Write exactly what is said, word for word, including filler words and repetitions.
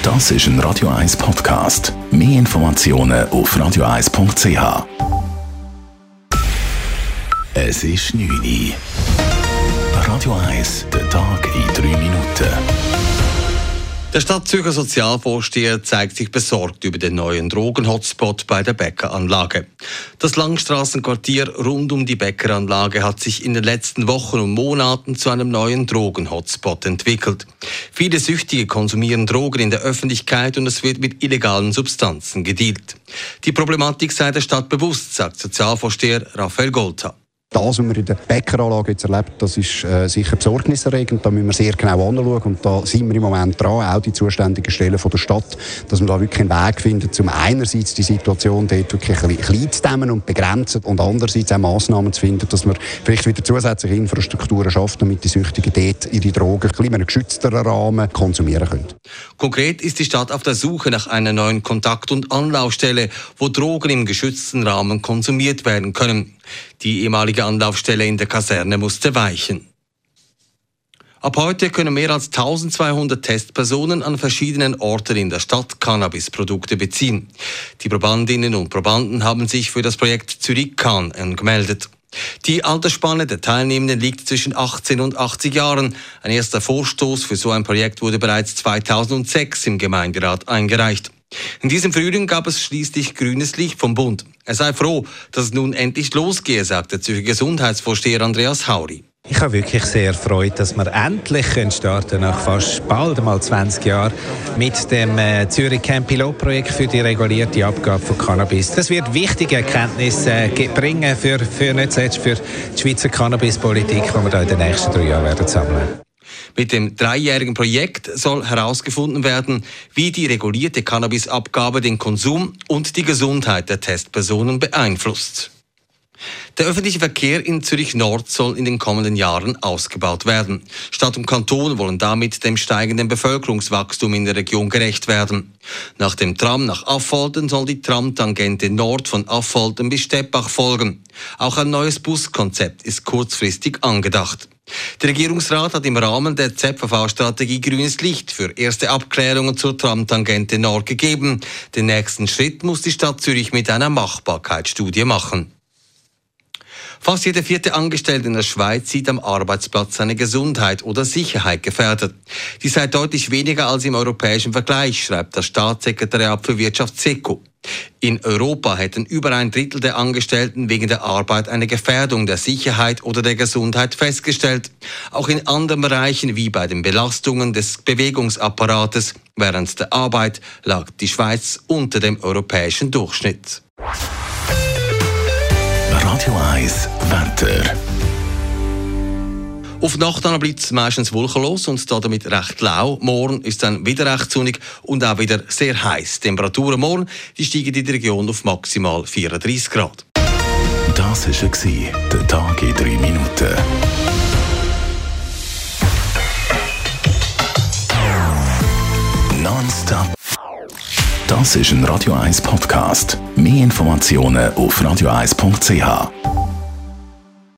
Das ist ein Radio eins Podcast. Mehr Informationen auf radio eins punkt c h. Es ist neun Uhr. Radio eins, der Tag in drei Minuten. Der Stadtzürcher Sozialvorsteher zeigt sich besorgt über den neuen Drogen-Hotspot bei der Bäckeranlage. Das Langstrassenquartier rund um die Bäckeranlage hat sich in den letzten Wochen und Monaten zu einem neuen Drogen-Hotspot entwickelt. Viele Süchtige konsumieren Drogen in der Öffentlichkeit und es wird mit illegalen Substanzen gedealt. Die Problematik sei der Stadt bewusst, sagt Sozialvorsteher Raphael Golta. Das, was man in der Bäckeranlage jetzt erlebt, das ist äh, sicher besorgniserregend. Da müssen wir sehr genau anschauen. Und da sind wir im Moment dran, auch die zuständigen Stellen von der Stadt, dass man da wirklich einen Weg findet, um einerseits die Situation dort wirklich ein bisschen klein zu dämmen und begrenzen und andererseits auch Massnahmen zu finden, dass man vielleicht wieder zusätzliche Infrastrukturen schafft, damit die Süchtigen dort ihre Drogen in einem geschützteren Rahmen konsumieren können. Konkret ist die Stadt auf der Suche nach einer neuen Kontakt- und Anlaufstelle, wo Drogen im geschützten Rahmen konsumiert werden können. Die ehemalige Anlaufstelle in der Kaserne musste weichen. Ab heute können mehr als eintausendzweihundert Testpersonen an verschiedenen Orten in der Stadt Cannabisprodukte beziehen. Die Probandinnen und Probanden haben sich für das Projekt Zürich-Can angemeldet. Die Altersspanne der Teilnehmenden liegt zwischen achtzehn und achtzig Jahren. Ein erster Vorstoß für so ein Projekt wurde bereits zweitausendsechs im Gemeinderat eingereicht. In diesem Frühling gab es schließlich grünes Licht vom Bund. Er sei froh, dass es nun endlich losgehe, sagt der Zürcher Gesundheitsvorsteher Andreas Hauri. Ich habe wirklich sehr Freude, dass wir endlich starten nach fast bald einmal zwanzig Jahren mit dem äh, Zürich Can Pilotprojekt für die regulierte Abgabe von Cannabis. Das wird wichtige Erkenntnisse äh, bringen für, für nicht zuletzt für die Schweizer Cannabispolitik, die wir da in den nächsten drei Jahren werden sammeln. Mit dem dreijährigen Projekt soll herausgefunden werden, wie die regulierte Cannabisabgabe den Konsum und die Gesundheit der Testpersonen beeinflusst. Der öffentliche Verkehr in Zürich Nord soll in den kommenden Jahren ausgebaut werden. Stadt und Kanton wollen damit dem steigenden Bevölkerungswachstum in der Region gerecht werden. Nach dem Tram nach Affolten soll die Tramtangente Nord von Affolten bis Steppach folgen. Auch ein neues Buskonzept ist kurzfristig angedacht. Der Regierungsrat hat im Rahmen der Z V V-Strategie grünes Licht für erste Abklärungen zur Tramtangente Nord gegeben. Den nächsten Schritt muss die Stadt Zürich mit einer Machbarkeitsstudie machen. Fast jeder vierte Angestellte in der Schweiz sieht am Arbeitsplatz seine Gesundheit oder Sicherheit gefährdet. Die sei deutlich weniger als im europäischen Vergleich, schreibt das Staatssekretariat für Wirtschaft SECO. In Europa hätten über ein Drittel der Angestellten wegen der Arbeit eine Gefährdung der Sicherheit oder der Gesundheit festgestellt. Auch in anderen Bereichen wie bei den Belastungen des Bewegungsapparates während der Arbeit lag die Schweiz unter dem europäischen Durchschnitt. Radio eins Wetter. Auf die Nacht bleibt es meistens wolkenlos und damit recht lau. Morgen ist dann wieder recht sonnig und auch wieder sehr heiß. Die Temperaturen morgen die steigen in der Region auf maximal vierunddreissig Grad. Das war der Tag in drei Minuten. Nonstop. Das ist ein Radio eins Podcast. Mehr Informationen auf radio eins punkt c h.